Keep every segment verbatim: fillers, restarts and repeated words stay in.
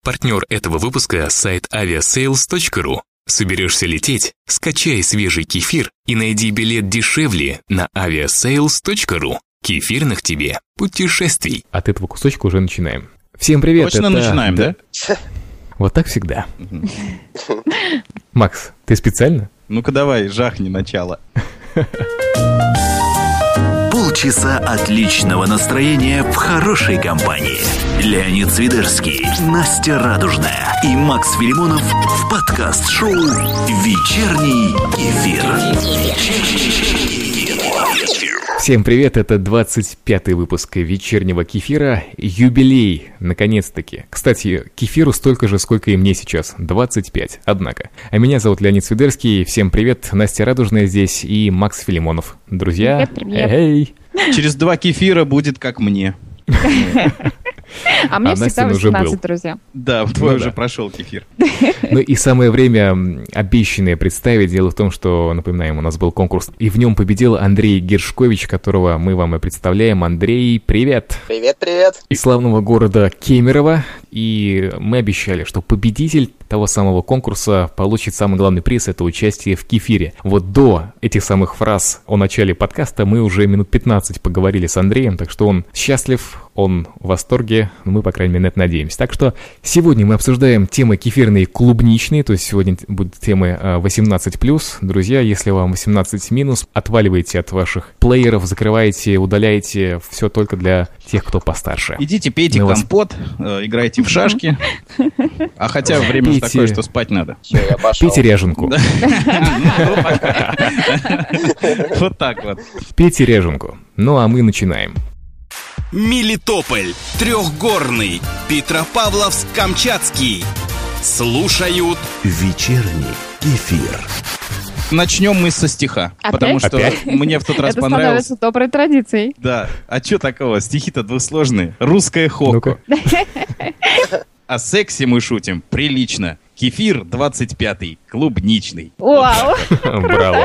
Партнер этого выпуска – сайт авиасейлс точка ру. Соберешься лететь? Скачай свежий кефир и найди билет дешевле на авиасейлс точка ру. Кефирных тебе путешествий. От этого кусочка уже начинаем. Всем привет. Точно это... начинаем, да? Вот так всегда. Макс, ты специально? Ну-ка давай, жахни начало. Полчаса отличного настроения в хорошей компании. Леонид Свидерский, Настя Радужная и Макс Филимонов в подкаст-шоу «Вечерний кефир». Всем привет, это двадцать пятый выпуск вечернего кефира. Юбилей, наконец-таки. Кстати, кефиру столько же, сколько и мне сейчас, двадцать пять, однако. А меня зовут Леонид Свидерский, всем привет, Настя Радужная здесь и Макс Филимонов. Друзья, привет, привет. Эй! Через два кефира будет как мне. А мне А всегда Настин уже был. восемнадцать, друзья. Да, твой Ну уже да. прошел кефир. Ну и самое время обещанное представить. Дело в том, что, напоминаем, у нас был конкурс, и в нем победил Андрей Гершкович, которого мы вам и представляем. Андрей, привет! Привет-привет! Из славного города Кемерово. И мы обещали, что победитель того самого конкурса получит самый главный приз — это участие в кефире. Вот до этих самых фраз о начале подкаста мы уже минут пятнадцать поговорили с Андреем, так что он счастлив, он в восторге, мы, по крайней мере, на это надеемся. Так что сегодня мы обсуждаем темы кефирные и клубничные, то есть сегодня будут темы восемнадцать плюс. Друзья, если вам восемнадцать минус, отваливайте от ваших плееров, закрывайте, удаляйте, все только для тех, кто постарше. Идите, пейте Мы вас- компот, э, играйте в шашки. А хотя время же Пейте. такое, что спать надо. Все, я пошел. Пейте ряженку. Да. Ну, пока. Вот так вот. Пейте ряженку. Ну а мы начинаем. Мелитополь, Трехгорный, Петропавловск-Камчатский. Слушают Вечерний кефир. Начнем мы со стиха. Опять? Потому что Опять? мне в тот раз Это понравилось. становится доброй традицией. Да. А что такого? Стихи-то двусложные. Русское хоко. Ну-ка. О сексе мы шутим прилично. Кефир двадцать пятый, клубничный. Вау! Браво.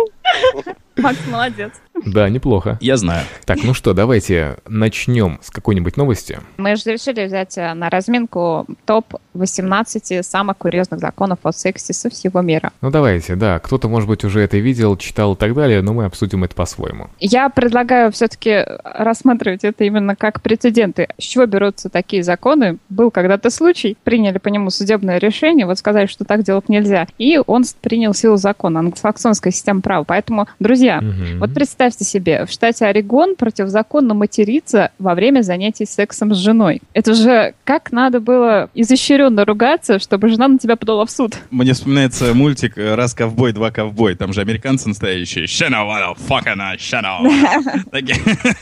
Макс, молодец. Да, неплохо. Я знаю. Так, ну что, давайте начнем с какой-нибудь новости. Мы же решили взять э, на разминку топ восемнадцать самых курьезных законов о сексе со всего мира. Ну давайте, да, кто-то, может быть, уже это видел, читал и так далее, но мы обсудим это по-своему. Я предлагаю все-таки рассматривать это именно как прецеденты. С чего берутся такие законы? Был когда-то случай, приняли по нему судебное решение, вот сказали, что так делать нельзя, и он принял силу закона, англосаксонская система права. Поэтому, друзья, Мгм. вот представьте себе, в штате Орегон противозаконно материться во время занятий сексом с женой. Это же как надо было изощренно ругаться, чтобы жена на тебя подала в суд. Мне вспоминается мультик «Раз ковбой, два ковбой». Там же американцы настоящие. «Shana, what the fuck, она, shana». Такие.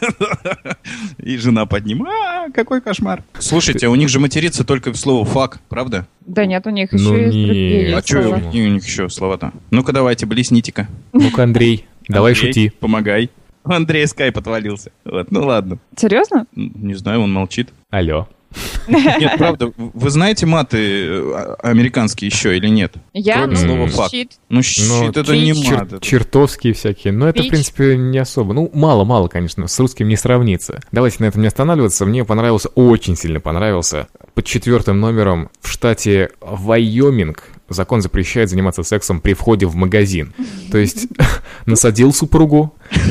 И жена под ним. А, какой кошмар. Слушайте, а у них же материться только в слово «фак», правда? Да нет, у них Ну еще есть нет. другие А что слова. у них еще слова-то? Ну-ка давайте, блесните-ка. Ну-ка, Андрей, давай Андрей, шути. Помогай. У Андрея скайп отвалился. Вот, ну ладно. Серьезно? М, Не знаю, он молчит. Алло. Нет, правда, в- вы знаете маты э, а- американские еще или нет? Я, Кроме ну, слова «фак». щит. Ну, щит, Ну, это не чер- мат. это- чертовские всякие. Но это, в Пич. принципе, не особо. Ну, мало-мало, конечно, с русским не сравнится. Давайте на этом не останавливаться. Мне понравился, очень сильно понравился. Под четвертым номером в штате Вайоминг закон запрещает заниматься сексом при входе в магазин. То есть насадил супругу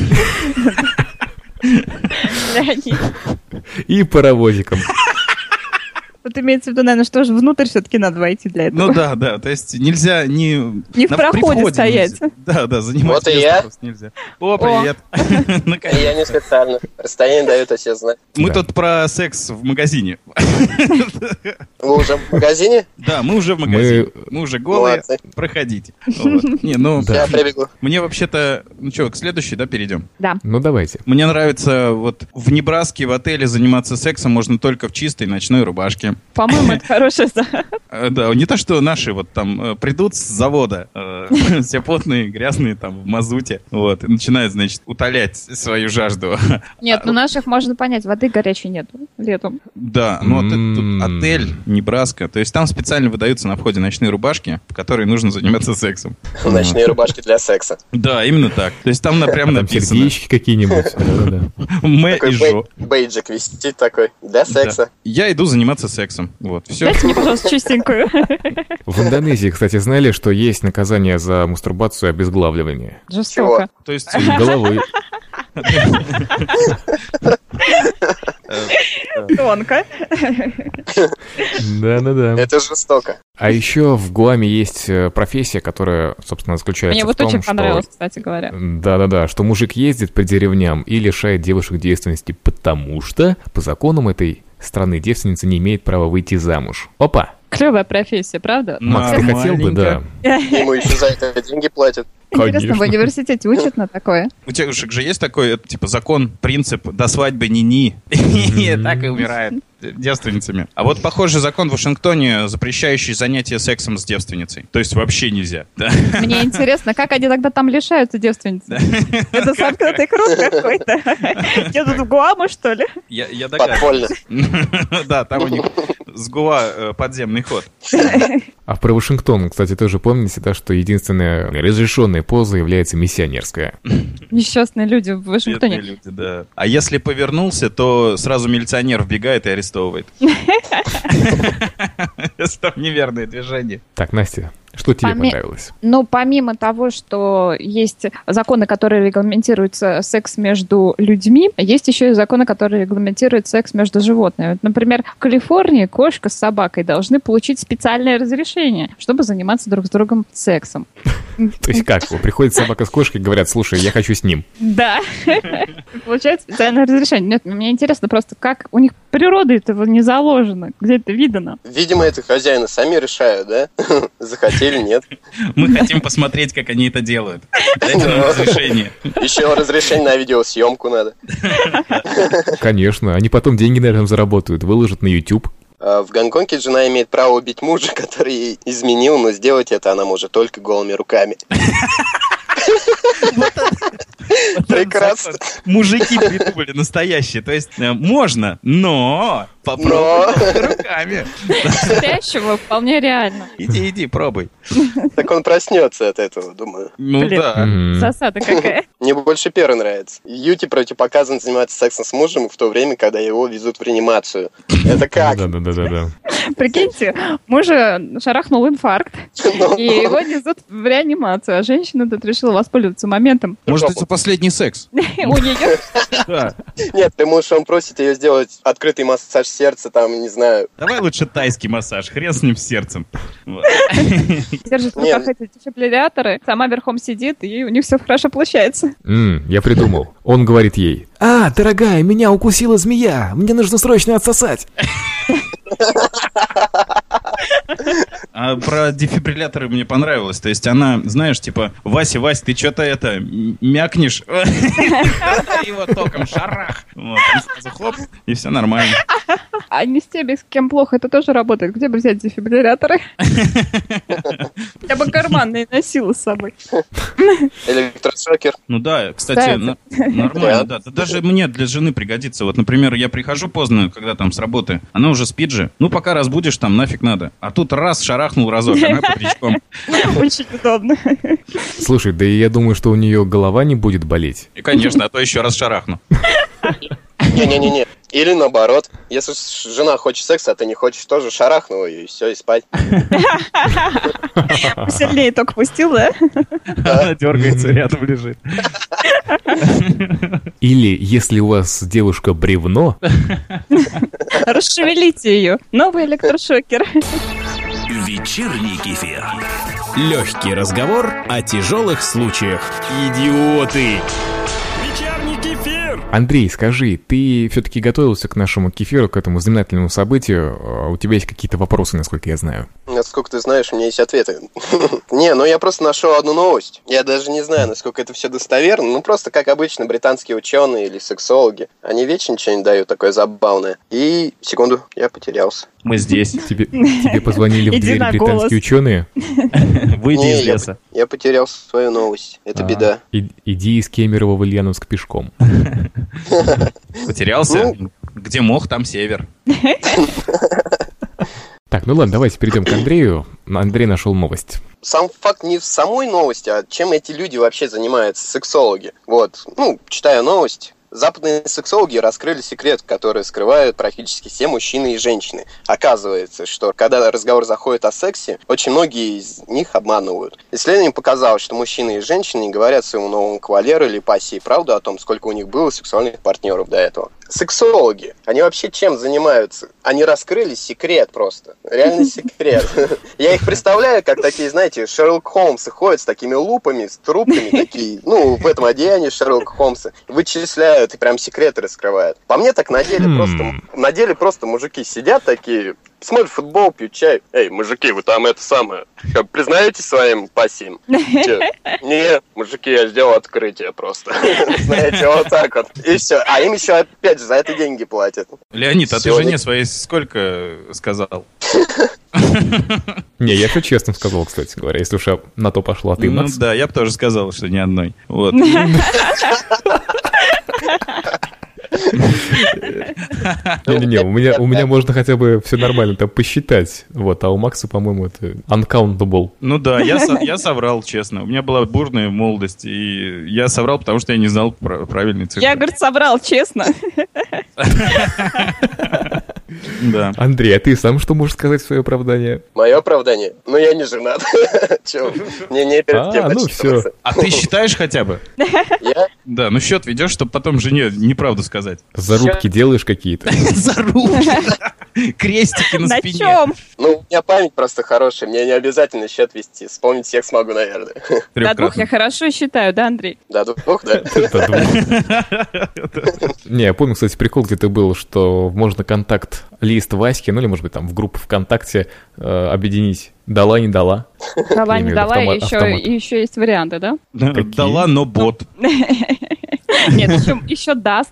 Леонид. и паровозиком. Вот имеется в виду, наверное, что же внутрь все-таки надо войти для этого. Ну да, да, то есть нельзя не... Не в на- проходе при входе стоять. нельзя. Да, да, занимать Вот и место я. просто нельзя. О, привет. Наконец. Я не специально. Расстояние дают о себе знать. Мы Да. тут про секс в магазине. Вы уже в магазине? Да, мы уже в магазине. Мы уже голые. Молодцы. Проходите. Вот. Не, ну, Да. Я прибегу. мне вообще-то... Ну что, к следующей, да, перейдем? Да. Ну, давайте. Мне нравится, вот в Небраске в отеле заниматься сексом можно только в чистой ночной рубашке. По-моему, это хорошая... Э, Да, не то, что наши вот там э, придут с завода, э, все потные, грязные там в мазуте, вот, и начинают, значит, утолять свою жажду. Нет, ну наших можно понять, воды горячей нет летом. Да, ну вот это М. тут отель Небраска, то есть там специально специально выдаются на входе ночные рубашки, в которые нужно заниматься сексом. Ночные рубашки для секса. Да, именно так. То есть там прям Там написано. сердечки какие-нибудь. Мэ Такой и бей- Жо. бейджик висит такой. Для секса. Да. Я иду заниматься сексом. Вот, все. Дайте мне, пожалуйста, чистенькую. В Индонезии, кстати, знали, что есть наказание за мастурбацию и обезглавливание. Жестоко. То есть... Головы. Тонко. Да-да-да. Это жестоко. А еще в Гуаме есть э, профессия, которая, собственно, заключается Мне в вот том, очень что... понравилось, кстати говоря. Да-да-да, что мужик ездит по деревням и лишает девушек девственности, потому что по законам этой страны девственница не имеет права выйти замуж. Опа! Клевая профессия, правда? Макс, ты хотел бы, да? Ему еще за это деньги платят. Интересно, в Конечно. университете учат на такое? У девушек же есть такой, это, типа, закон, принцип до свадьбы ни-ни. И так и умирает девственницами. А вот похожий закон в Вашингтоне, запрещающий занятие сексом с девственницей. То есть вообще нельзя. Да. Мне интересно, как они тогда там лишаются девственницы? Это замкнутый круг какой-то. Я тут в Гуаму, что ли? Я, я Подпольно. догадываюсь. Да, там у них с Гуа э, подземный ход. А про Вашингтон, кстати, тоже помните, да, что единственная разрешенная поза является миссионерская. Несчастные люди в Вашингтоне. Бедные люди, да. А если повернулся, то сразу милиционер вбегает и арестовывает. Если там неверное движение. Так, Настя, что тебе Поме- понравилось? Ну, помимо того, что есть законы, которые регламентируют с- секс между людьми, есть еще и законы, которые регламентируют секс между животными. Вот, например, в Калифорнии кошка с собакой должны получить специальное разрешение, чтобы заниматься друг с другом сексом. То есть как? Вот приходит собака с кошкой и говорят, слушай, я хочу с ним. Да. Получают специальное разрешение. Нет, мне интересно просто, как у них природа этого не заложена, где это видано. Видимо, это хозяины сами решают, да? Захотели, нет. Мы хотим посмотреть, как они это делают. Дайте нам разрешение. Еще разрешение на видеосъемку надо. Конечно, они потом деньги на этом заработают, выложат на YouTube. А в Гонконге жена имеет право убить мужа, который ей изменил, но сделать это она может только голыми руками. Прекрасно. Мужики придумали настоящие. То есть э, можно, но попробуй руками. Спящего вполне реально. Иди, иди, пробуй. Так он проснется от этого, думаю. Ну Блин. да. Мгм. Засада какая. Мне больше первый нравится. Юте противопоказано заниматься сексом с мужем в то время, когда его везут в реанимацию. Это как? Да-да-да-да. Прикиньте, мужа шарахнул инфаркт, Ну, и его несут в реанимацию, а женщина тут решила воспользоваться моментом. Может, это последний секс? У нее Да. Нет, ты можешь, он просит ее сделать открытый массаж сердца, там, не знаю. Давай лучше тайский массаж. Хрен с ним с сердцем. Вот. держит в Нет. руках эти дефибрилляторы, сама верхом сидит, и у них все хорошо получается. М, я придумал. Он говорит ей: «А, дорогая, меня укусила змея, мне нужно срочно отсосать». А про дефибрилляторы мне понравилось. То есть она, знаешь, типа, Вася, Вася, ты что-то это, м- мякнешь? И вот током шарах. Вот, и сразу хлоп, и все нормально. А не с теми, с кем плохо, это тоже работает. Где бы взять дефибрилляторы? Я бы карманные носила с собой. Электрошокер. Ну да, кстати, Кстати. на- нормально, да. Да даже мне для жены пригодится. Вот, например, я прихожу поздно, когда там с работы, она уже спит же. Ну, пока разбудишь, там нафиг надо. А тут раз, шарахнул разок, она под речком. Очень удобно. Слушай, да и я думаю, что у нее голова не будет болеть. И, конечно, а то еще раз шарахну. Не-не-не-не. Или наоборот, если ж- жена хочет секса, а ты не хочешь, тоже шарахнул ее, и все, и спать. Сильнее только пустил, да? Она дергается, рядом лежит. Или, если у вас девушка бревно, Расшевелите ее. Новый электрошокер. Вечерний кефир. Легкий разговор о тяжелых случаях. Идиоты! Вечерний кефир! Андрей, скажи, ты все-таки готовился к нашему кефиру, к этому знаменательному событию? А у тебя есть какие-то вопросы, насколько я знаю? Насколько ты знаешь, у меня есть ответы. Не, ну я просто нашел одну новость. Я даже не знаю, насколько это все достоверно. Ну просто, как обычно, британские ученые или сексологи. Они вечно что-нибудь дают такое забавное. И, секунду, я потерялся. Мы здесь. Тебе, тебе позвонили в Иди дверь на британские голос. ученые? Выйди Не, из я, леса. я потерял свою новость. Это А, беда. и- иди из Кемерово в Ульяновск пешком. Потерялся? Ну. Где мох, там север. Так, ну ладно, давайте перейдем к Андрею. Андрей нашел новость. Сам факт не в самой новости, а чем эти люди вообще занимаются, сексологи. Вот, ну, читая новость, западные сексологи раскрыли секрет, который скрывают практически все мужчины и женщины. Оказывается, что когда разговор заходит о сексе, очень многие из них обманывают. Исследование показало, что мужчины и женщины не говорят своему новому кавалеру или пассии правду о том, сколько у них было сексуальных партнеров до этого. Сексологи, они вообще чем занимаются? Они раскрыли секрет просто. Реальный секрет. Я их представляю, как такие, знаете, Шерлок Холмсы ходят с такими лупами, с трубками такие, ну, в этом одеянии Шерлок Холмса, вычисляют и прям секреты раскрывают. По мне так на деле просто, на деле просто мужики сидят такие, смотрят футбол, пьют чай. Эй, мужики, вы там это самое, как признаетесь своим пассиям? Не, мужики, я сделал открытие просто. Знаете, вот так вот. И все. А им еще опять же за это деньги платят. Леонид, а ты жене своей сколько сказал? Не, я все честно сказал, кстати говоря, если уж на то пошло, а ты, Ну Макс? да, я бы тоже сказал, что ни одной. Вот. Не-не-не, у меня, у меня можно хотя бы все нормально там посчитать, вот, а у Макса, по-моему, это uncountable. Ну да, я, со- я соврал, честно. У меня была бурная молодость, и я соврал, потому что я не знал пр- правильный цифры. Я, говорит, собрал, честно. Да. Андрей, а ты сам что можешь сказать в свое оправдание? Мое оправдание? Ну, я не женат. Че, мне не перед кем А, ну отчитываться. А ты считаешь хотя бы? Я? Да, ну счет ведешь, чтобы потом жене неправду сказать. Зарубки делаешь какие-то? Зарубки. Крестики на На спине. чем? Ну, у меня память просто хорошая, мне не обязательно счет вести. Вспомнить всех смогу, наверное. До двух я хорошо считаю, да, Андрей? До двух, да? Это двух. Не, я помню, кстати, прикол где-то был, что можно контакт-лист Васьки, ну или, может быть, там в группу ВКонтакте э, объединить. Дала, не дала. Дала, Я не имею в виду дала, и автомат- еще, автомат. и еще есть варианты, да? Да, Какие? Дала, но бот. Нет, еще, еще даст.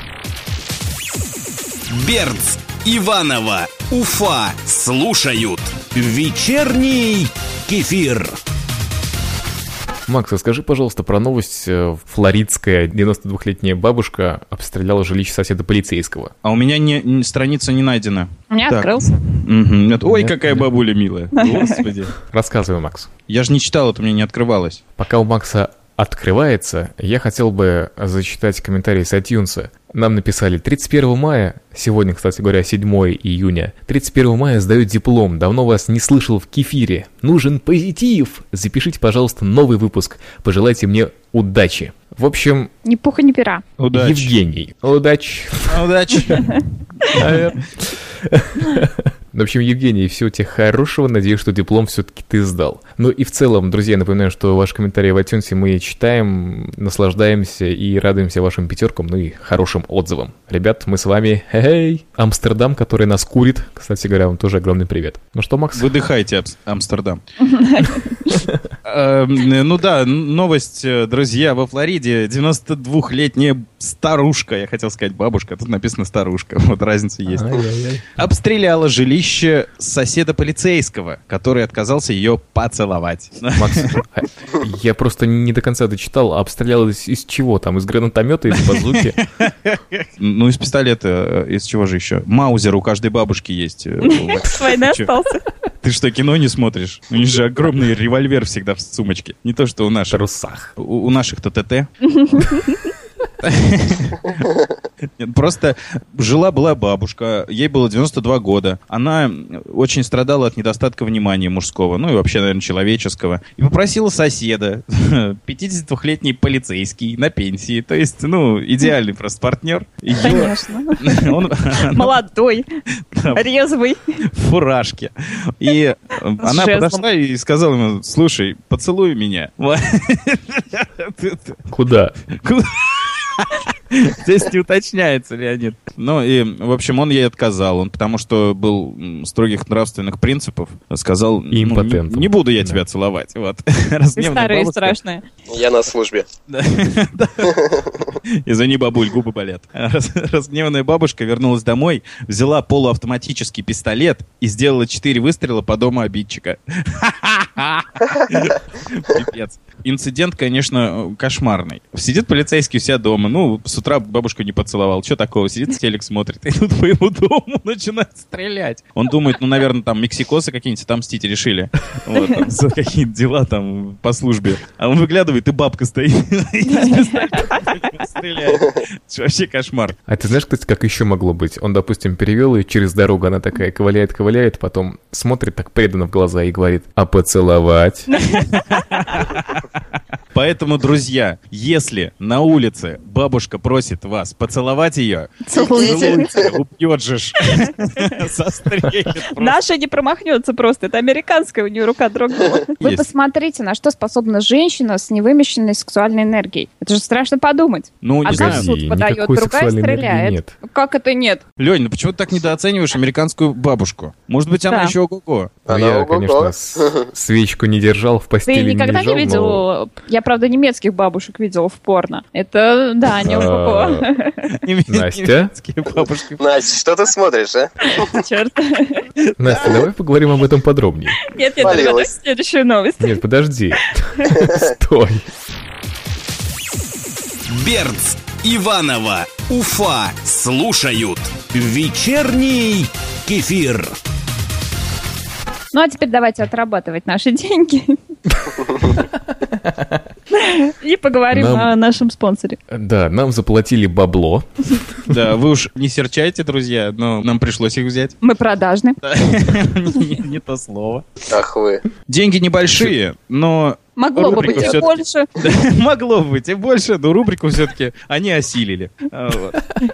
Берц, Иванова, Уфа слушают вечерний кефир. Макс, расскажи, пожалуйста, про новость. э, Флоридская девяносто двухлетняя бабушка обстреляла жилище соседа полицейского. А у меня не, не- страница не найдена. У меня Так. открылся. Мгм. Нет, Ой, Нет, какая нет. бабуля милая. Господи. Рассказывай, Макс. Я же не читал, это мне не открывалось. Пока у Макса открывается, я хотел бы зачитать комментарий с iTunes. Нам написали: тридцать первого мая, сегодня, кстати говоря, седьмого июня, тридцать первого мая сдаю диплом, давно вас не слышал в кефире. Нужен позитив. Запишите, пожалуйста, новый выпуск. Пожелайте мне удачи. В общем, Ни пуха, ни пера. Удачи. Евгений. Удачи. Удачи. Наверное. В общем, Евгений, всего тебе хорошего. Надеюсь, что диплом все-таки ты сдал. Ну и в целом, друзья, напоминаю, что ваши комментарии в iTunes мы читаем, наслаждаемся и радуемся вашим пятеркам, ну и хорошим отзывам. Ребят, мы с вами. Хей! Амстердам, который нас курит. Кстати говоря, вам тоже огромный привет. Ну что, Макс? Выдыхайте, Амс- Амстердам. Эм, Ну да, новость, э, друзья, во Флориде девяносто двухлетняя старушка, я хотел сказать бабушка, тут написано старушка, вот разница есть, Ай-яй-яй. обстреляла жилище соседа полицейского, который отказался ее поцеловать. Макс, а, я просто не до конца дочитал, а обстрелял из, из чего там? Из гранатомета, из базуки? Ну, из пистолета, э, из чего же еще? Маузер у каждой бабушки есть. э, в- С войны Чё? остался. Ты что, кино не смотришь? У них же огромный револьвер всегда в сумочке. Не то, что у В наших. трусах. У, у наших-то ТТ. Нет, просто жила-была бабушка, ей было девяносто два года. Она очень страдала от недостатка внимания мужского, ну и вообще, наверное, человеческого. И попросила соседа, пятидесятидвухлетний полицейский на пенсии. То есть, ну, идеальный просто партнер. Её- Конечно. он- она Молодой, резвый. в фуражке. И э, она жезлом. подошла и сказала ему: слушай, поцелуй меня. Куда? Здесь не уточняется, Леонид. Ну и, в общем, он ей отказал. Он, потому что был м, строгих нравственных принципов, сказал: И ну, импотентом. не, не буду я Да. тебя целовать. Вот. Ты Разгневанная старая и бабушка- страшная. Я на службе. Да. Извини, бабуль, губы болят. Раз- Разгневанная бабушка вернулась домой, взяла полуавтоматический пистолет и сделала четыре выстрела по дому обидчика. Пипец. Инцидент, конечно, кошмарный. Сидит полицейский у себя дома, ну, с утра бабушку не поцеловал, что такого? Сидит, телек смотрит, и тут по его дому начинает стрелять. Он думает, ну, наверное, там мексикосы какие-нибудь отомстить решили. Вот, там, за какие-то дела там по службе. А он выглядывает, и бабка стоит. Стреляет. Вообще кошмар. А ты знаешь, кстати, как еще могло быть? Он, допустим, перевел ее через дорогу, она такая ковыляет-ковыляет, потом смотрит так преданно в глаза и говорит: а поцеловать? Поэтому, друзья, если на улице бабушка просит вас поцеловать ее, Целуйте. убьет же ж. Застрелит просто. Наша не промахнется просто. Это американская, у нее рука дрогнула. Вы Есть. посмотрите, на что способна женщина с невымещенной сексуальной энергией. Это же страшно подумать. Ну, А не как знаю. суд подает, никакой другая сексуальной энергии стреляет. нет. Как это нет? Лень, ну почему ты так недооцениваешь американскую бабушку? Может быть, она Да. еще ого-го. Ну, Она я, ого-го. конечно, с- свечку не держал, в Ты постели никогда не лежал, не видел? но... Я, правда, немецких бабушек видела в порно. Это, да, не ого-го. А, Неме- Настя? немецкие бабушки. Настя, что ты смотришь, а? Черт. Настя, давай поговорим об этом подробнее. Нет, нет, Молилась. давай следующую новость. Нет, подожди. Стой. Берц, Иванова, Уфа слушают вечерний кефир. Ну, а теперь давайте отрабатывать наши деньги. И поговорим Нам- о нашем спонсоре. Да, нам заплатили бабло. Да, вы уж не серчайте, друзья, но нам пришлось их взять. Мы продажны. Да. Не не то слово. Ах вы. Деньги небольшие, но Могло бы рубрика быть и всё-таки- больше. Да, могло бы быть и больше, но рубрику все-таки они осилили. А, вот.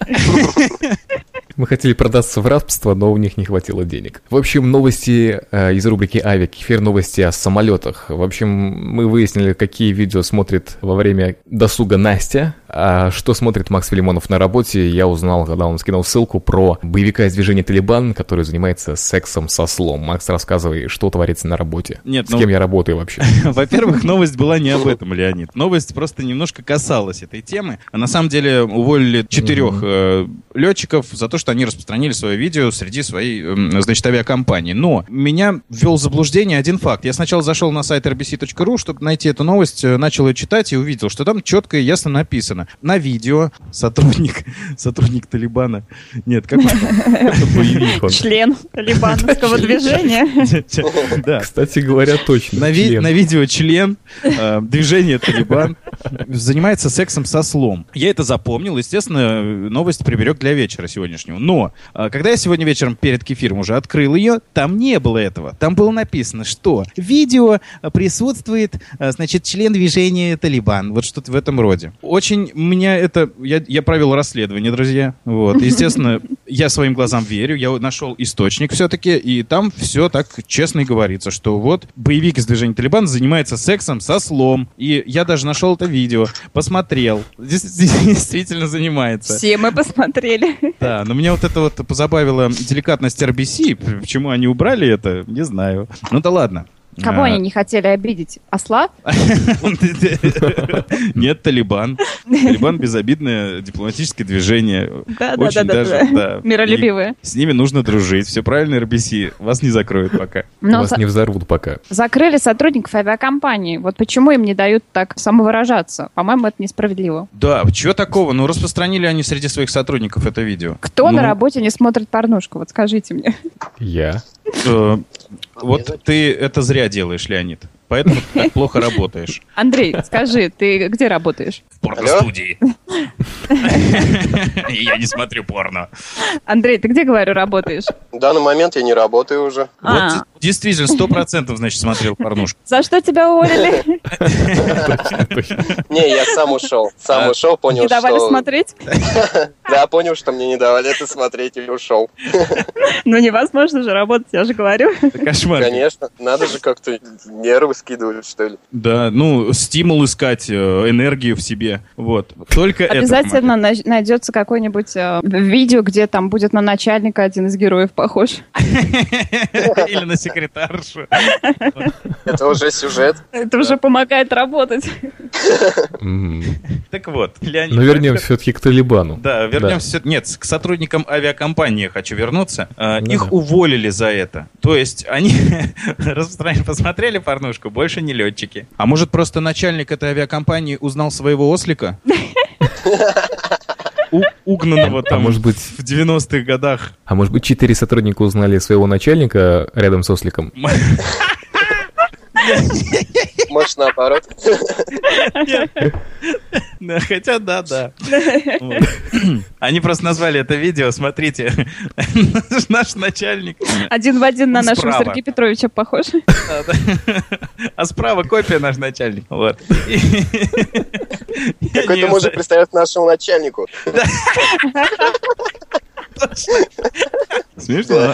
Мы хотели продаться в рабство, но у них не хватило денег. В общем, новости э, из рубрики «Авиакефир», новости о самолетах. В общем, мы выяснили, какие видео смотрит во время досуга Настя, а что смотрит Макс Филимонов на работе, я узнал, когда он скинул ссылку про боевика из движения «Талибан», который занимается сексом со слом. Макс, рассказывай, что творится на работе. Нет, С ну- кем я работаю вообще? Во-первых, новость была не об этом, Леонид. Новость просто немножко касалась этой темы. А на самом деле уволили четырех э, летчиков за то, что они распространили свое видео среди своей, э, значит, авиакомпании. Но меня ввел в заблуждение один факт. Я сначала зашел на сайт эр би си точка ру, чтобы найти эту новость, э, начал ее читать и увидел, что там четко и ясно написано. На видео сотрудник, сотрудник Талибана. Нет, как он? Это боевик он. Член талибанского движения. Да. Кстати говоря, точно. На, ви- член. на видео член э, движения Талибан занимается сексом со слом. Я это запомнил, естественно, новость приберег для вечера сегодняшнего. Но, э, когда я сегодня вечером перед кефиром уже открыл ее, там не было этого. Там было написано, что в видео присутствует, э, значит, член движения Талибан. Вот что-то в этом роде. Очень меня это... Я, я провел расследование, друзья. Вот. Естественно, я своим глазам верю. Я нашел источник все-таки, и там все так честно и говорится, что вот боевик из движения Талибан занимается сексом со слом. И я даже нашел это видео, посмотрел. Дес- Действительно занимается. Все мы посмотрели. Да, но меня вот это вот позабавила деликатность эр би си. Почему они убрали это, не знаю. Ну да ладно. Кого А, они не хотели обидеть? Осла? Нет, Талибан. Талибан — безобидное дипломатическое движение. Да, да, Очень да, да, даже, да. да. Миролюбивые. И с ними нужно дружить. Все правильно, эр би си. Вас не закроют пока. Но Вас за- не взорвут пока. закрыли сотрудников авиакомпании. Вот почему им не дают так самовыражаться? По-моему, это несправедливо. Да, чего такого? Ну, распространили они среди своих сотрудников это видео. Кто Ну, на работе не смотрит порнушку? Вот скажите мне. Я. э, Вот ты это зря делаешь, Леонид. Поэтому ты так плохо работаешь. Андрей, скажи, ты где работаешь? В порно-студии. Я не смотрю порно. Андрей, ты где, говорю, работаешь? В данный момент я не работаю уже. А. Вот действительно, сто процентов, значит, смотрел порнушку. За что тебя уволили? Точно, точно. Не, я сам ушел. Сам А. ушел, понял, Не давали что... смотреть? Да, понял, что мне не давали это смотреть, и ушел. Ну, невозможно же работать, я же говорю. Это кошмар. Конечно, надо же как-то нервы скидывать, что ли. Да, ну, стимул искать, э, энергию в себе. Вот. Только это Обязательно най- найдется какое-нибудь э, видео, где там будет на начальника один из героев похож. помогает. Или на секретаршу. Это уже сюжет. Это уже помогает работать. Так вот, Леонид. Но вернемся все-таки к Талибану. Да, вернемся. Нет, к сотрудникам авиакомпании хочу вернуться. Их уволили за это. То есть они посмотрели порнушку, больше не летчики. А может, просто начальник этой авиакомпании узнал своего ослика? У, угнанного там а может быть, в девяностых годах. А может быть, четыре сотрудника узнали своего начальника рядом с осликом? Может, наоборот. Хотя да, да. Они просто назвали это видео, смотрите, наш начальник. Один в один на нашего Сергея Петровича похож. А справа копия наш начальник. Вот. Какой-то мужик пристает к нашему начальнику. Смешно.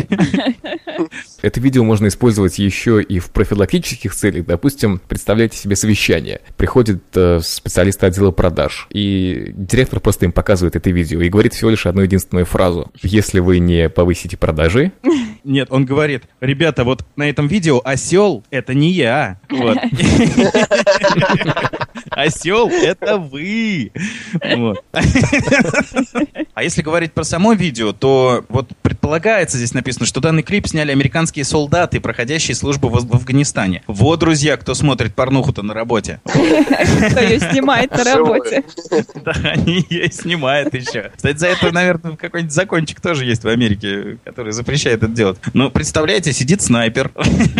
Это видео можно использовать еще и в профилактических целях. Допустим, представляйте себе совещание. Приходит э, специалист отдела продаж, и директор просто им показывает это видео и говорит всего лишь одну единственную фразу. Если вы не повысите продажи... Нет, он говорит, ребята, вот на этом видео осел — это не я. Вот. Осел — это вы. Вот. А если говорить про само видео, то вот предполагается, здесь написано, что данный клип сняли американские солдаты, проходящие службу в, в Афганистане. Вот, друзья, кто смотрит порнуху-то на работе. Кто ее снимает на работе. Да, они ее снимают еще. Кстати, за это, наверное, какой-нибудь закончик тоже есть в Америке, который запрещает это делать. Но представляете, сидит снайпер,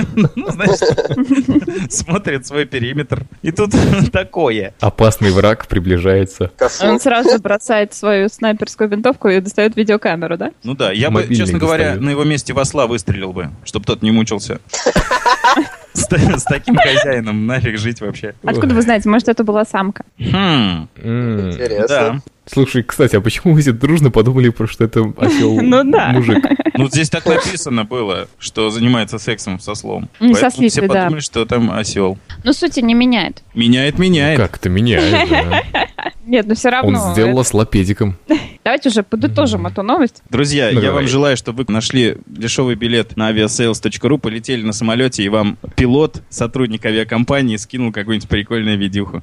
смотрит свой периметр, и тут такое. Опасный враг приближается. Он сразу бросает свою снайперскую винтовку и достает видеокамеру, да? Ну да, я бы, честно говоря, на его месте в осла выстрелил бы, чтобы тот не мучился. С, с таким хозяином нафиг жить вообще. Откуда вы знаете? Может, это была самка? Хм. Интересно. Да. Слушай, кстати, а почему вы все дружно подумали, что это осел ну, да. мужик? Ну, здесь так написано было, что занимается сексом со слом. Не Поэтому со слипой, все да. подумали, что там осел. Но сути не меняет. Меняет, меняет. Как это меняет, да. Нет, но все равно. Он сделал осла педиком. Давайте уже подытожим эту новость. Друзья, Ну, я давай. вам желаю, чтобы вы нашли дешевый билет на авиасейлс точка ру, полетели на самолете, и вам пилот, сотрудник авиакомпании, скинул какую-нибудь прикольную видюху.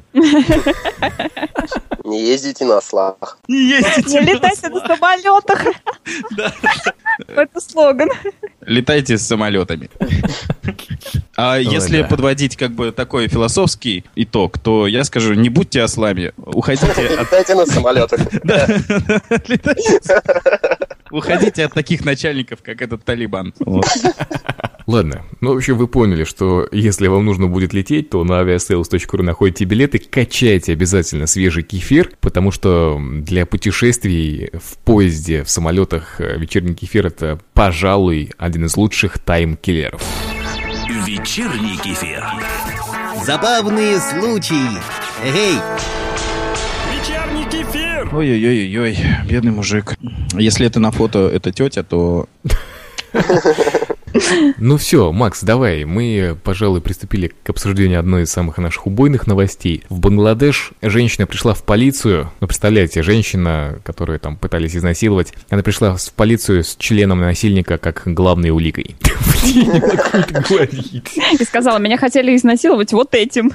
Не ездите на ослах. Не ездите Не летайте на самолетах. Это слоган. Летайте с самолетами. А если да. подводить как бы такой философский итог, то я скажу, не будьте ослами, уходите от... Летайте на самолетах. Летайте. Уходите от таких начальников, как этот Талибан. Вот. Ладно, ну, в общем, вы поняли, что если вам нужно будет лететь, то на авиасейлс точка ру находите билеты, качайте обязательно свежий кефир, потому что для путешествий в поезде, в самолетах вечерний кефир — это, пожалуй, один из лучших тайм-киллеров. Вечерний кефир. Забавные случаи. Эй! Вечерний кефир. Ой-ой-ой-ой, бедный мужик. Если это на фото, это тетя, то... Ну все, Макс, давай, мы, пожалуй, приступили к обсуждению одной из самых наших убойных новостей. В Бангладеш женщина пришла в полицию, ну, представляете, женщина, которую там пытались изнасиловать, она пришла в полицию с членом насильника как главной уликой. Блин, не могу это говорить. И сказала, меня хотели изнасиловать вот этим.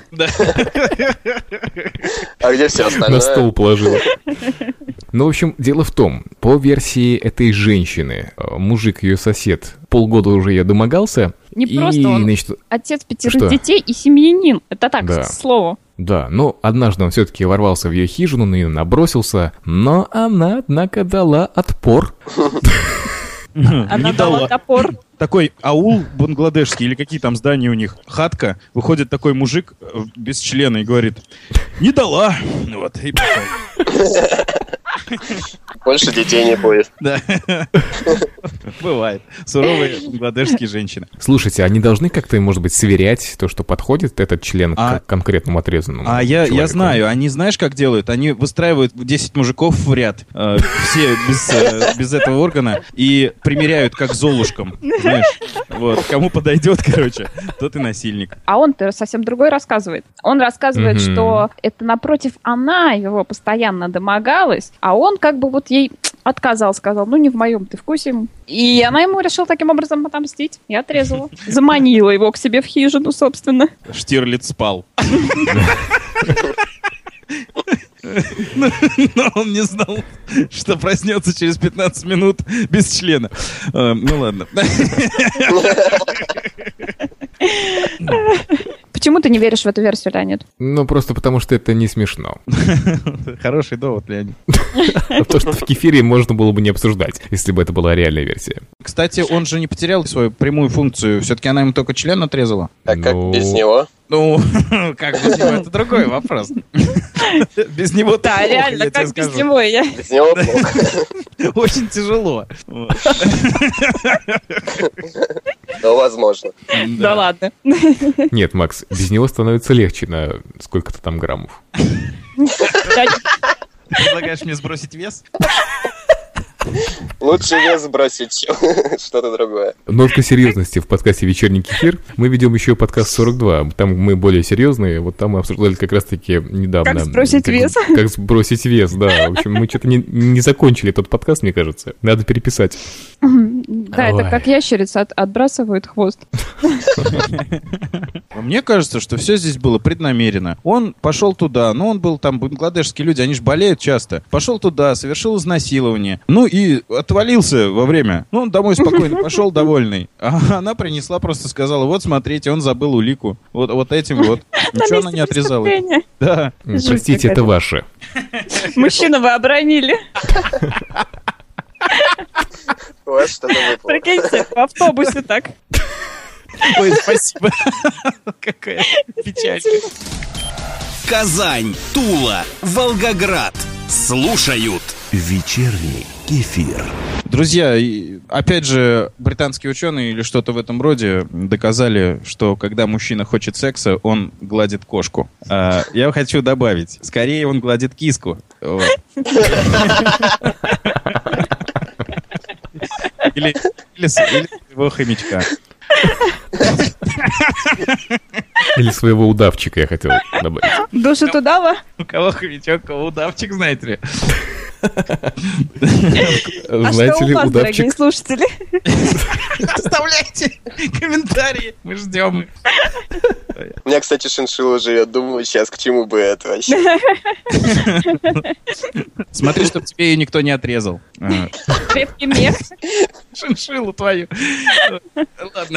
А где все остальное? На стол положила. Ну, в общем, дело в том, по версии этой женщины, мужик, ее сосед, полгода уже ее домогался. Не и, просто он значит, отец пятерых что? детей и семьянин. Это так, Да. к слову. Да, но однажды он все-таки ворвался в ее хижину, на нее набросился, но она, однако, дала отпор. Она Не дала дала. топор. Такой аул бангладешский, или какие там здания у них, хатка, выходит такой мужик э, без члена и говорит, не дала. Вот, и пошел. Больше детей не будет. Да. Бывает. Суровые бангладешские женщины. Слушайте, они должны как-то, может быть, сверять то, что подходит этот член А- к конкретному отрезанному А я, я человеку? знаю, они знаешь, как делают? Они выстраивают десять мужиков в ряд, э, все без, э, без этого органа, и примеряют как золушкам. Знаешь, вот, кому подойдет, короче, тот и насильник. А он-то совсем другой рассказывает. Он рассказывает, Мгм. что это напротив она его постоянно домогалась, а он как бы вот ей отказал, сказал, ну не в моем ты вкусе. И она ему решила таким образом отомстить и отрезала. Заманила его к себе в хижину, собственно. Штирлиц спал. Но он не знал, что проснется через пятнадцать минут без члена. Ну ладно. Почему ты не веришь в эту версию, Леонид? Ну, просто потому что это не смешно. Хороший довод, Леонид. То, что в кефире можно было бы не обсуждать, если бы это была реальная версия. Кстати, он же не потерял свою прямую функцию. Все-таки она ему только член отрезала. А как без него? Ну, как без него, это другой вопрос. Без него плохо, Да, реально, как без него я. Без него плохо. Очень тяжело. Ну, возможно. Да ладно. Нет, Макс, без него становится легче на сколько-то там граммов. Предлагаешь мне сбросить вес? Лучше вес сбросить, чем что-то другое. Нотка серьезности в подкасте «Вечерний кефир». Мы ведем еще подкаст сорок два. Там мы более серьезные. Вот там мы обсуждали как раз-таки недавно. Как сбросить как, вес. Как сбросить вес, да. В общем, мы что-то не, не закончили тот подкаст, мне кажется. Надо переписать. Да, это как ящерица от- отбрасывает хвост. Мне кажется, что все здесь было преднамеренно. Он пошел туда, ну он был там, бангладешские люди, они же болеют часто. Пошел туда, совершил изнасилование. Ну и отвалился во время. Ну он домой спокойно пошел, довольный. А она принесла, просто сказала, вот смотрите, он забыл улику. Вот, вот этим вот. Ничего она не отрезала. Да. Простите, это ваше. Мужчину вы обронили. У вас что-то выпало. Прикиньте, в автобусе так. Ой, спасибо. Какая печалька. Казань, Тула, Волгоград. Слушают вечерний кефир. Друзья, и, опять же, британские ученые или что-то в этом роде доказали, что когда мужчина хочет секса, он гладит кошку. А, я хочу добавить, скорее он гладит киску. Вот. Или, или, с- или своего хомячка. Или своего удавчика, я хотел добавить. Душу туда вы? У кого хомячок, у кого удавчик, знаете ли. А Знаете что ли, у вас, дорогие удавчик... слушатели? Оставляйте комментарии, мы ждем их. У меня, кстати, шиншилла живет. Думаю, сейчас к чему бы это вообще. Смотри, чтобы тебе ее никто не отрезал. А, Крепкий мех. Шиншиллу твою. Ладно.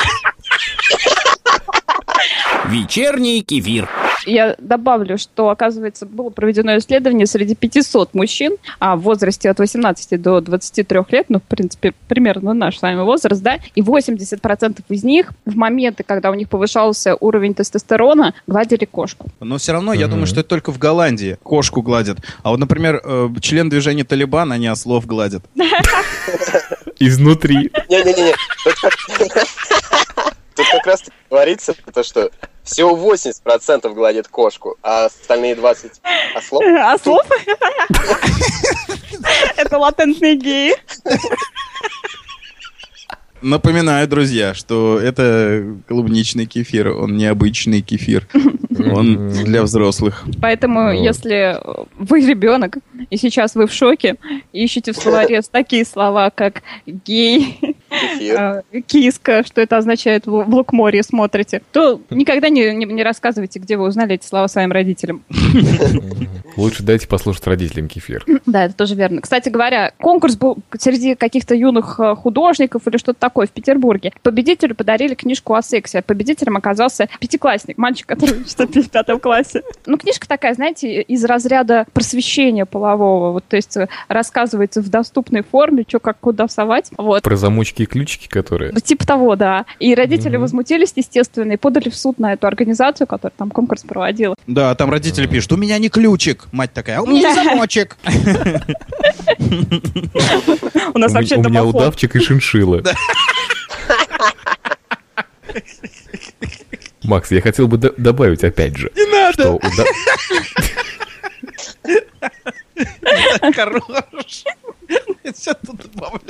Вечерний кефир. Я добавлю, что, оказывается, было проведено исследование среди пятисот мужчин а в возрасте от восемнадцати до двадцати трёх лет, ну, в принципе, примерно наш с вами возраст, да, и восемьдесят процентов из них в моменты, когда у них повышался уровень тестостерона, гладили кошку. Но все равно, я Мгм. думаю, что это только в Голландии кошку гладят. А вот, например, э, член движения Талибан, они ослов гладят. Изнутри. Не-не-не. Тут как- Тут как раз говорится, то, что всего восемьдесят процентов гладит кошку, а остальные двадцать ослов. Ослов? Это латентные геи. Напоминаю, друзья, что это клубничный кефир, он необычный кефир. Он для взрослых. Поэтому, Вот. если вы ребенок, и сейчас вы в шоке, ищете в словаре такие слова, как гей, Кефир. э, киска, что это означает, в в Лукморье смотрите, то никогда не, не, не рассказывайте, где вы узнали эти слова своим родителям. Лучше дайте послушать родителям кефир. Да, это тоже верно. Кстати говоря, конкурс был среди каких-то юных э, художников или что-то такое в Петербурге. Победителю подарили книжку о сексе. Победителем оказался пятиклассник, мальчик, который что-то в пятом классе. Ну, книжка такая, знаете, из разряда просвещения полового. Вот, то есть э, рассказывается в доступной форме, что как куда совать. Вот. Про замочки и ключики, которые... Ну, типа того, да. И родители Мгм. возмутились, естественно, и подали в суд на эту организацию, которая там конкурс проводила. Да, там родители пишут, у меня не ключик. Мать такая, а у меня не замочек. У нас У вообще меня- у меня домофон. удавчик и шиншилла. Макс, я хотел бы д- добавить опять же, Не надо, что уда- хорош. Что тут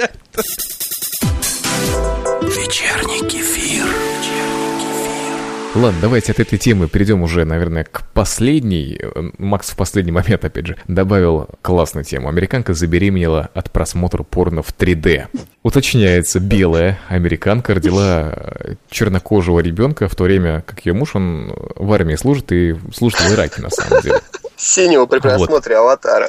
добавлять-то? Вечерний кефир. Вечерний кефир. Ладно, давайте от этой темы перейдем уже, наверное, к последней. Макс в последний момент, опять же, добавил классную тему. Американка забеременела от просмотра порно в три дэ. Уточняется, белая американка родила чернокожего ребенка, в то время как ее муж, он в армии служит и служит в Ираке, на самом деле. Синего при просмотре вот. «Аватара».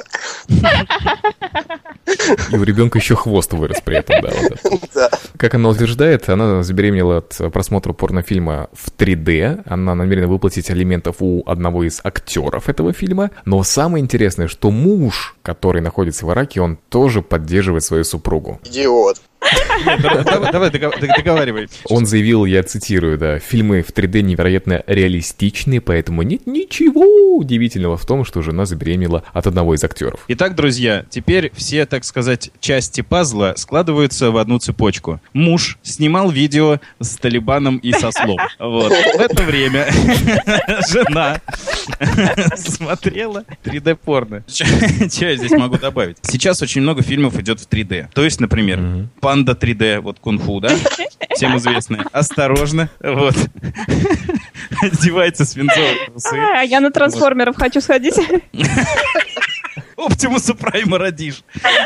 И у ребенка еще хвост вырос при этом, да. Вот да. Как она утверждает, она забеременела от просмотра порнофильма в три дэ. Она намерена выплатить алиментов у одного из актеров этого фильма. Но самое интересное, что муж, который находится в Ираке, он тоже поддерживает свою супругу. Идиот. Нет, давай, давай, давай договаривай. Он заявил, я цитирую, да, фильмы в три дэ невероятно реалистичны, поэтому нет ничего удивительного в том, что жена забеременела от одного из актеров. Итак, друзья, теперь все, так сказать, части пазла складываются в одну цепочку. Муж снимал видео с Талибаном и со слом. Вот. В это время жена смотрела три дэ-порно. Что я здесь могу добавить? Сейчас очень много фильмов идет в три дэ. То есть, например, Панда три дэ, вот кунг-фу, да? Всем известная. Осторожно, вот. Одевается свинцовые трусы. А, я на трансформеров хочу сходить. Оптимуса Прайма родишь.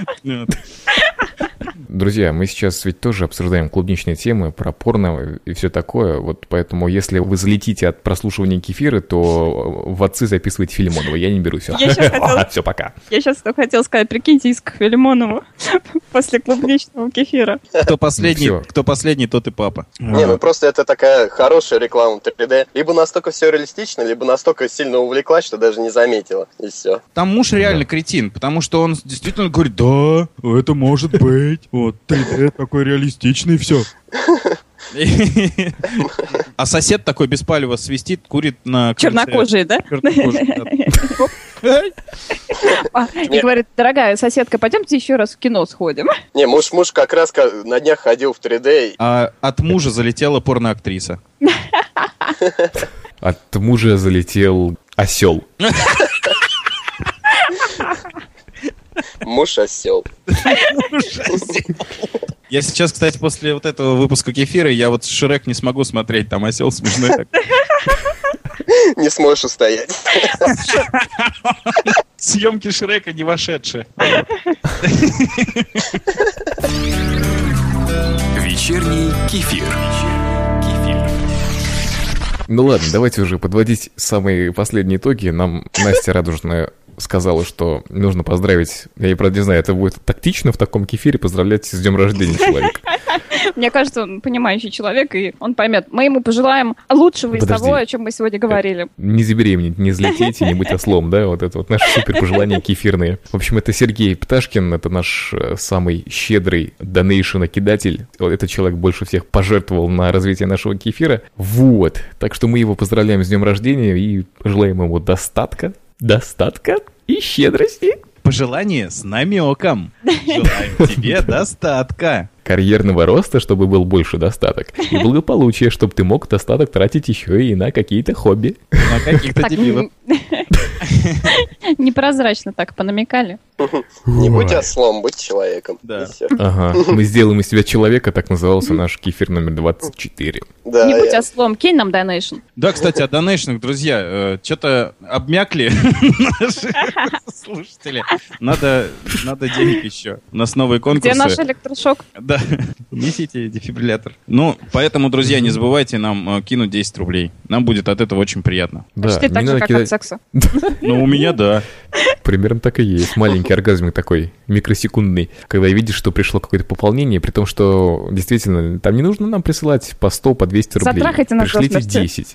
Друзья, мы сейчас ведь тоже обсуждаем клубничные темы про порно и все такое, вот поэтому если вы залетите от прослушивания кефира, то в отцы записывайте Филимонова, я не беру, все. Хотела... Все, пока. Я сейчас только хотела сказать, прикиньте, иск к Филимонову после клубничного кефира. Кто последний, ну, кто последний, тот и папа. Не, ну просто это такая хорошая реклама три дэ. Либо настолько все реалистично, либо настолько сильно увлеклась, что даже не заметила, и все. Там муж реально кретин, потому что он действительно говорит, да, это может быть. Вот, три дэ такой реалистичный, все. А сосед такой без палева свистит, курит на... Чернокожий, да? И говорит, дорогая соседка, пойдемте еще раз в кино сходим. Не, муж муж как раз на днях ходил в три дэ. А от мужа залетела порноактриса. От мужа залетел осел. Муж осел. Я сейчас, кстати, после вот этого выпуска кефира, я вот Шрек не смогу смотреть, там осел смешной. Не сможешь устоять. Съемки Шрека не вошедшие. Вечерний кефир. Ну ладно, давайте уже подводить самые последние итоги. Нам Настя Радужная сказала, что нужно поздравить, я, правда, не знаю, это будет тактично в таком кефире поздравлять с днем рождения человека. Мне кажется, он понимающий человек, и он поймет. Мы ему пожелаем лучшего из того, о чем мы сегодня говорили. Не забеременеть, не взлететь и не быть ослом, да? Вот это вот наши супер пожелания кефирные. В общем, это Сергей Пташкин, это наш самый щедрый донейшн-накидатель. Вот этот человек больше всех пожертвовал на развитие нашего кефира. Вот. Так что мы его поздравляем с днем рождения и желаем ему достатка, достатка и щедрости. Пожелание с намеком. Желаем тебе достатка. Карьерного роста, чтобы был больше достаток. И благополучия, чтобы ты мог достаток тратить еще и на какие-то хобби. На каких-то дебилов. Непрозрачно так понамекали. Не будь ослом, будь человеком. Да. Ага. Мы сделаем из себя человека, так назывался наш кефир номер двадцать четыре. Да, Не будь я... ослом, кинь нам донейшн. Да, кстати, о донейшнах, друзья, э, что-то обмякли наши слушатели. Надо, надо денег еще. У нас новые конкурсы. Где наш электрошок? Да, несите дефибриллятор. Ну, поэтому, друзья, не забывайте нам э, кинуть десять рублей. Нам будет от этого очень приятно. Да, Почти так же, как кидать... от секса. Ну, у меня да. Примерно так и есть. Маленький оргазмик такой, микросекундный. Когда видишь, что пришло какое-то пополнение, при том, что действительно там не нужно нам присылать по сто, по двести рублей. Затрахайте нас до Пришлите смерти. десять.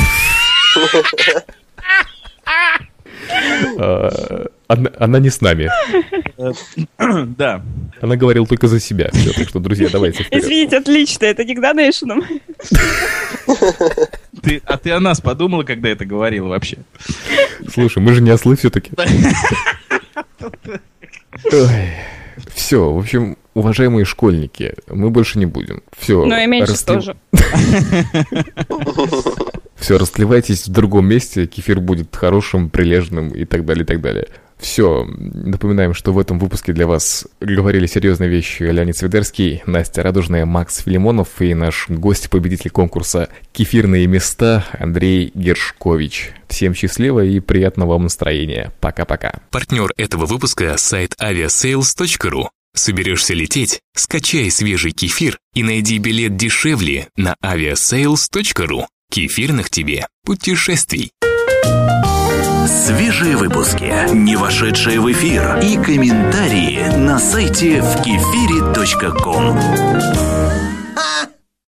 Она, она не с нами. Да. Она говорила только за себя. Все, так что, друзья, давайте вперед. Извините, отлично, это не к донейшнам. Ты, а ты о нас подумала, когда это говорила вообще? Слушай, мы же не ослы все-таки. Все, в общем, уважаемые школьники, мы больше не будем. Все. Ну и меньше растлив... тоже. Все, расливайтесь в другом месте, кефир будет хорошим, прилежным и так далее, и так далее. Все, напоминаем, что в этом выпуске для вас говорили серьезные вещи Леонид Свидерский, Настя Радужная, Макс Филимонов и наш гость-победитель конкурса «Кефирные места» Андрей Гершкович. Всем счастливо и приятного вам настроения. Пока-пока. Партнер этого выпуска – сайт авиасейлс точка ру. Соберешься лететь? Скачай свежий кефир и найди билет дешевле на авиасейлс точка ру. Кефирных тебе путешествий. Свежие выпуски, не вошедшие в эфир и комментарии на сайте в кефире точка ком.